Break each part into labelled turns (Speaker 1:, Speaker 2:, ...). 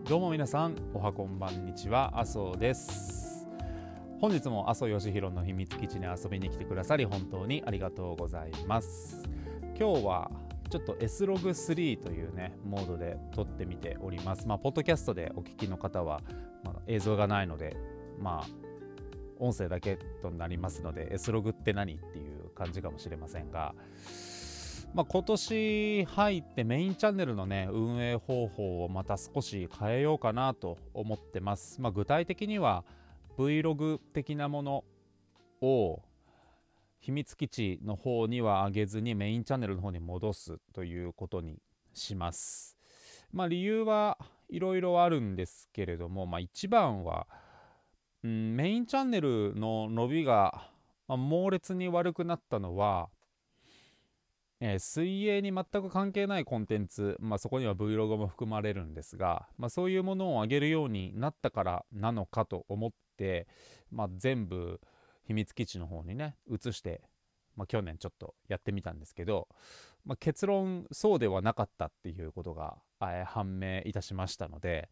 Speaker 1: どうも皆さん、おはこんばんにちは、麻生です。本日も麻生義弘の秘密基地に遊びに来てくださり本当にありがとうございます。今日はちょっと S-Log3 というねモードで撮ってみております。ポッドキャストでお聞きの方は、映像がないので音声だけとなりますので S-Log って何っていう感じかもしれませんが、今年入ってメインチャンネルのね運営方法をまた少し変えようかなと思ってます。具体的には Vlog 的なものを秘密基地の方には上げずにメインチャンネルの方に戻すということにします。理由はいろいろあるんですけれども、一番は、メインチャンネルの伸びが、猛烈に悪くなったのは、水泳に全く関係ないコンテンツ、そこには Vlog も含まれるんですが、そういうものを上げるようになったからなのかと思って、全部秘密基地の方にね移して、去年ちょっとやってみたんですけど、結論そうではなかったっていうことが、判明いたしましたので、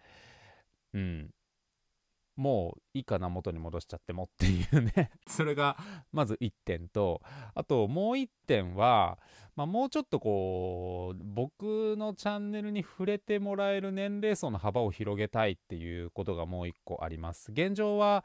Speaker 1: もういいかな、元に戻しちゃってもっていうねそれがまず1点と、あともう1点は、もうちょっとこう僕のチャンネルに触れてもらえる年齢層の幅を広げたいっていうことがもう1個あります。現状は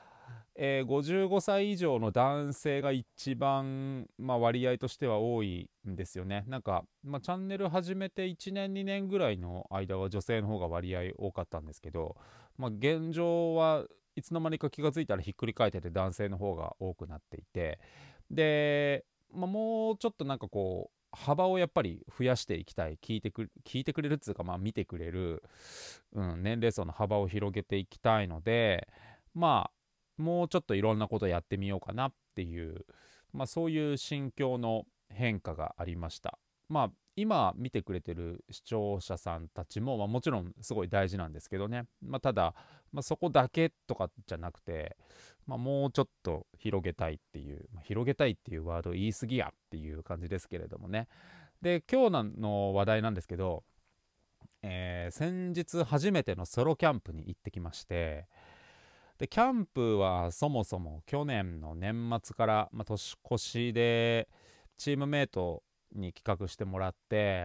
Speaker 1: 55歳以上の男性が一番、割合としては多いんですよね。チャンネル始めて1年2年ぐらいの間は女性の方が割合多かったんですけど、現状はいつの間にか気がついたらひっくり返ってて男性の方が多くなっていて、で、もうちょっと幅をやっぱり増やしていきたい、聞いてくれるっていうか、見てくれる、年齢層の幅を広げていきたいので、もうちょっといろんなことやってみようかなっていう、そういう心境の変化がありました。今見てくれてる視聴者さんたちも、もちろんすごい大事なんですけどね、ただ、そこだけとかじゃなくて、もうちょっと広げたいっていう、広げたいっていうワード言い過ぎやっていう感じですけれどもね。で、今日の話題なんですけど、先日初めてのソロキャンプに行ってきまして、でキャンプはそもそも去年の年末から、年越しでチームメイトに企画してもらって、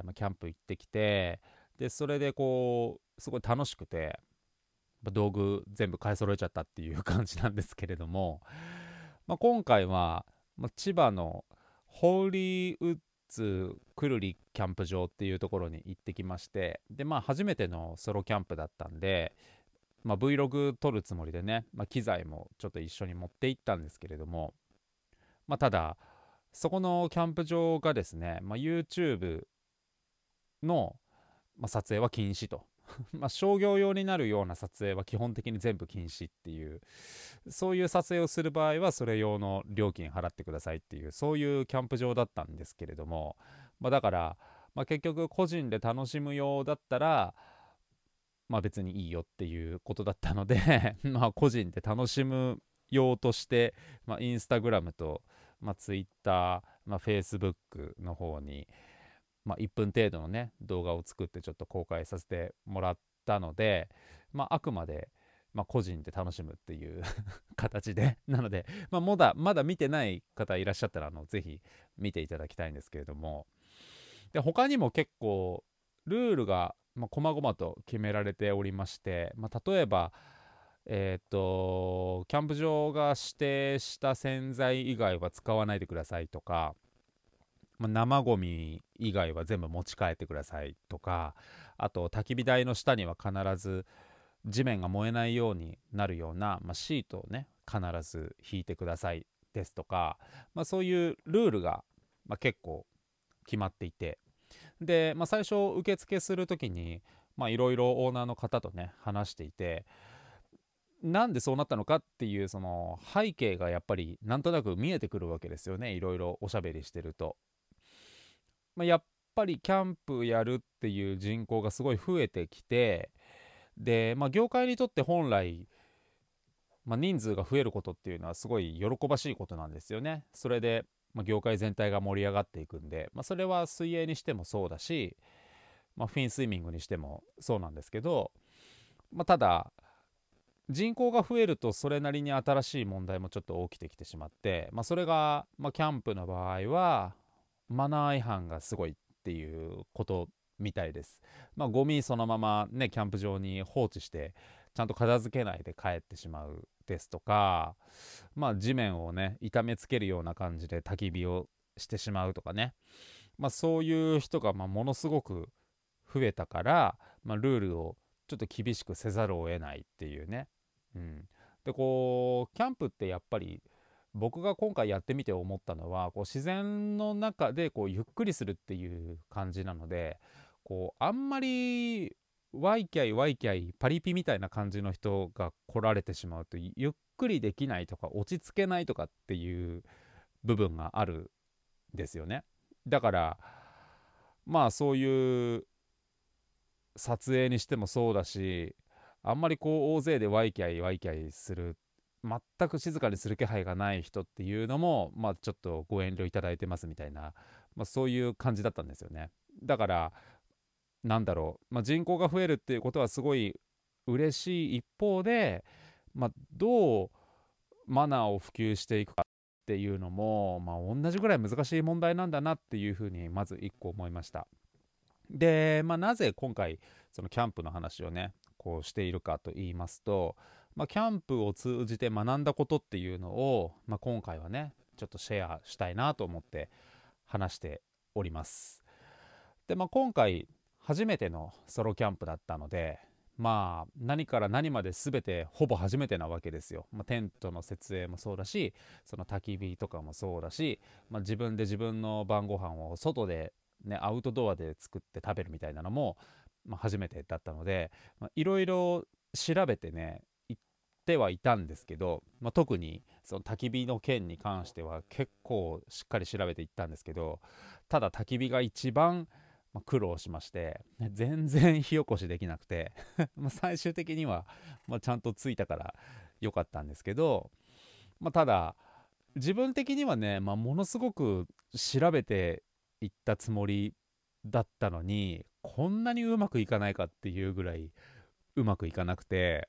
Speaker 1: キャンプ行ってきて、でそれですごい楽しくて、道具全部買い揃えちゃったっていう感じなんですけれども、今回は、千葉のホーリーウッズくるりキャンプ場っていうところに行ってきまして、で初めてのソロキャンプだったんで、Vlog 撮るつもりでね、機材もちょっと一緒に持って行ったんですけれども、ただそこのキャンプ場がですね、YouTube の、撮影は禁止と商業用になるような撮影は基本的に全部禁止っていう、そういう撮影をする場合はそれ用の料金払ってくださいっていう、そういうキャンプ場だったんですけれども、だから、結局個人で楽しむようだったら別にいいよっていうことだったので個人で楽しむ用として、インスタグラムと、ツイッター、フェイスブックの方に、1分程度のね動画を作ってちょっと公開させてもらったので、あくまで、個人で楽しむっていう形でなので、まだ見てない方いらっしゃったらぜひ見ていただきたいんですけれども、で他にも結構ルールが細々と決められておりまして、例えばキャンプ場が指定した洗剤以外は使わないでくださいとか、生ゴミ以外は全部持ち帰ってくださいとか、あと焚き火台の下には必ず地面が燃えないようになるような、シートをね必ず引いてくださいですとか、そういうルールが、結構決まっていて、で、最初受付する時にいろいろオーナーの方とね話していて、なんでそうなったのかっていうその背景がやっぱりなんとなく見えてくるわけですよね、いろいろおしゃべりしてると。やっぱりキャンプやるっていう人口がすごい増えてきて、で、業界にとって本来、人数が増えることっていうのはすごい喜ばしいことなんですよね。それで、業界全体が盛り上がっていくんで、それは水泳にしてもそうだし、フィンスイミングにしてもそうなんですけど、 ただ人口が増えるとそれなりに新しい問題もちょっと起きてきてしまって、それが、キャンプの場合はマナー違反がすごいっていうことみたいです。ゴミそのままねキャンプ場に放置してちゃんと片付けないで帰ってしまうですとか、地面をね痛めつけるような感じで焚き火をしてしまうとかね、そういう人がものすごく増えたから、ルールをちょっと厳しくせざるを得ないっていうね。でこうキャンプってやっぱり僕が今回やってみて思ったのは、こう自然の中でこうゆっくりするっていう感じなので、こうあんまりワイキャイワイキャイパリピみたいな感じの人が来られてしまうと、ゆっくりできないとか落ち着けないとかっていう部分があるんですよね。だからそういう撮影にしてもそうだし、あんまりこう大勢でワイキャイワイキャイする、全く静かにする気配がない人っていうのも、ちょっとご遠慮いただいてますみたいな、そういう感じだったんですよね。だからなんだろう、人口が増えるっていうことはすごい嬉しい一方で、どうマナーを普及していくかっていうのも、同じぐらい難しい問題なんだなっていうふうにまず一個思いました。で、なぜ今回そのキャンプの話をねこうしているかと言いますと、キャンプを通じて学んだことっていうのを、今回はねちょっとシェアしたいなと思って話しております。で、今回初めてのソロキャンプだったので、何から何まで全てほぼ初めてなわけですよ。テントの設営もそうだし、その焚き火とかもそうだし、自分で自分の晩ご飯を外でねアウトドアで作って食べるみたいなのも、初めてだったので、いろいろ調べてね行ってはいたんですけど、特にその焚き火の件に関しては結構しっかり調べていったんですけど、ただ焚き火が一番苦労しまして、全然火起こしできなくて最終的には、ちゃんとついたから良かったんですけど、ただ自分的にはね、ものすごく調べていったつもりだったのに、こんなにうまくいかないかっていうぐらいうまくいかなくて、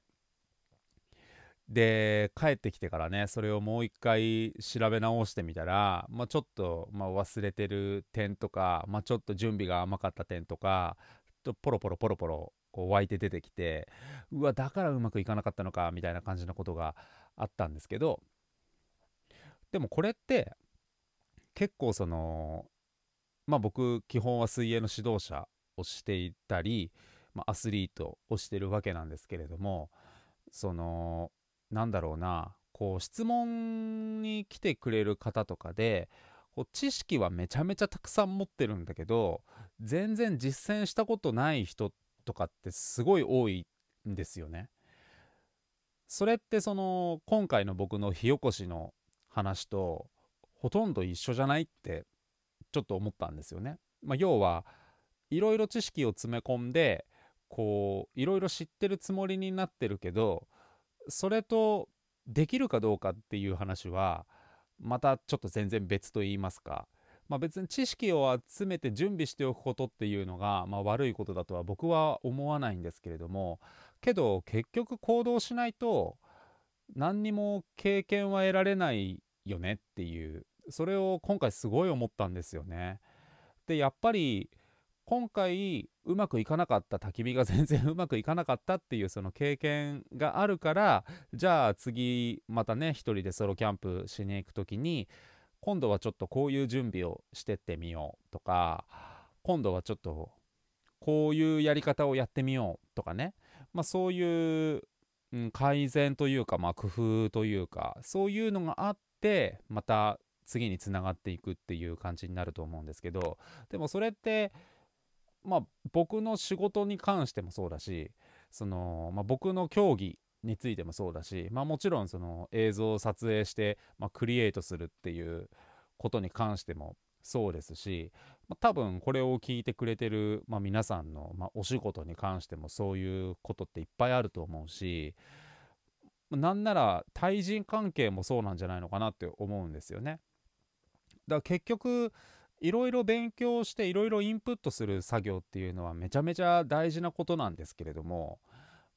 Speaker 1: で帰ってきてからねそれをもう一回調べ直してみたら、ちょっと、忘れてる点とか、ちょっと準備が甘かった点とかポロポロポロポロこう湧いて出てきて、うわだからうまくいかなかったのかみたいな感じのことがあったんですけど、でもこれって結構その僕基本は水泳の指導者をしていたり、アスリートをしてるわけなんですけれども、そのなんだろうな、こう質問に来てくれる方とかで、こう知識はめちゃめちゃたくさん持ってるんだけど全然実践したことない人とかってすごい多いんですよね。それってその今回の僕の火起こしの話とほとんど一緒じゃないってちょっと思ったんですよね。要はいろいろ知識を詰め込んでこういろいろ知ってるつもりになってるけど、それとできるかどうかっていう話はまたちょっと全然別と言いますか、別に知識を集めて準備しておくことっていうのが、悪いことだとは僕は思わないんですけれども、けど結局行動しないと何にも経験は得られないよねっていう、それを今回すごい思ったんですよね。でやっぱり今回うまくいかなかった、焚き火が全然うまくいかなかったっていうその経験があるから、じゃあ次またね一人でソロキャンプしに行く時に今度はちょっとこういう準備をしてってみようとか、今度はちょっとこういうやり方をやってみようとかね、そういう、改善というか、工夫というかそういうのがあってまた次につながっていくっていう感じになると思うんですけど、でもそれって僕の仕事に関してもそうだし、その、僕の競技についてもそうだし、もちろんその映像を撮影して、クリエイトするっていうことに関してもそうですし、多分これを聞いてくれてる、皆さんの、お仕事に関してもそういうことっていっぱいあると思うし、なんなら対人関係もそうなんじゃないのかなって思うんですよね。だから結局いろいろ勉強していろいろインプットする作業っていうのはめちゃめちゃ大事なことなんですけれども、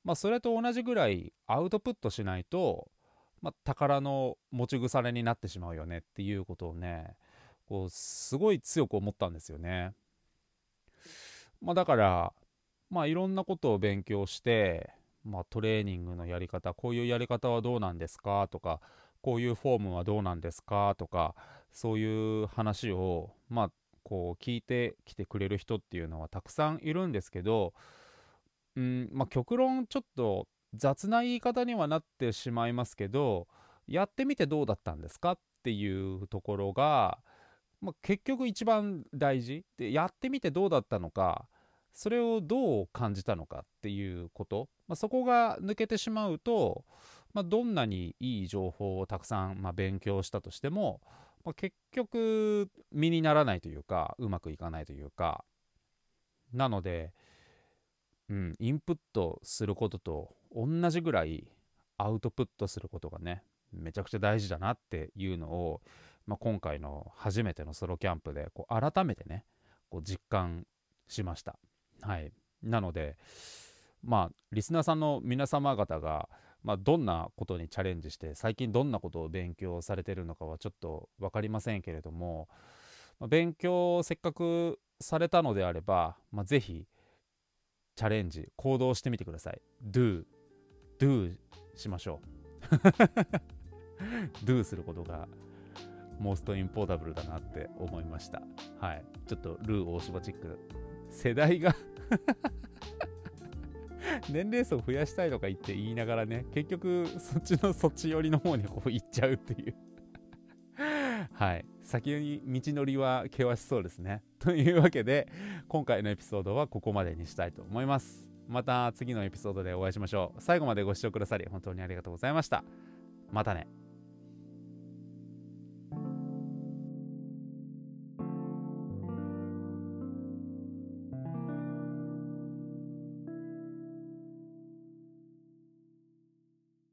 Speaker 1: それと同じぐらいアウトプットしないと、宝の持ち腐れになってしまうよねっていうことをね、こうすごい強く思ったんですよね。だからいろんなことを勉強して、トレーニングのやり方、こういうやり方はどうなんですかとか、こういうフォームはどうなんですかとか、そういう話をこう聞いてきてくれる人っていうのはたくさんいるんですけど、極論ちょっと雑な言い方にはなってしまいますけど、やってみてどうだったんですかっていうところが、結局一番大事で、やってみてどうだったのか、それをどう感じたのかっていうこと、そこが抜けてしまうと、どんなにいい情報をたくさん、勉強したとしても、結局身にならないというか、うまくいかないというか、なので、インプットすることと同じぐらいアウトプットすることがね、めちゃくちゃ大事だなっていうのを、今回の初めてのソロキャンプでこう改めてね、こう実感しました。はい。なので、リスナーさんの皆様方が、どんなことにチャレンジして最近どんなことを勉強されてるのかはちょっと分かりませんけれども、勉強をせっかくされたのであれば、ぜひチャレンジ行動してみてください。 Do しましょうdo することがモーストインポータブルだなって思いました。はい。ちょっとルー大柴チック、世代が年齢層増やしたいとか言いながらね、結局そっち寄りの方にこう行っちゃうっていうはい、先に道のりは険しそうですね。というわけで、今回のエピソードはここまでにしたいと思います。また次のエピソードでお会いしましょう。最後までご視聴くださり本当にありがとうございました。またね。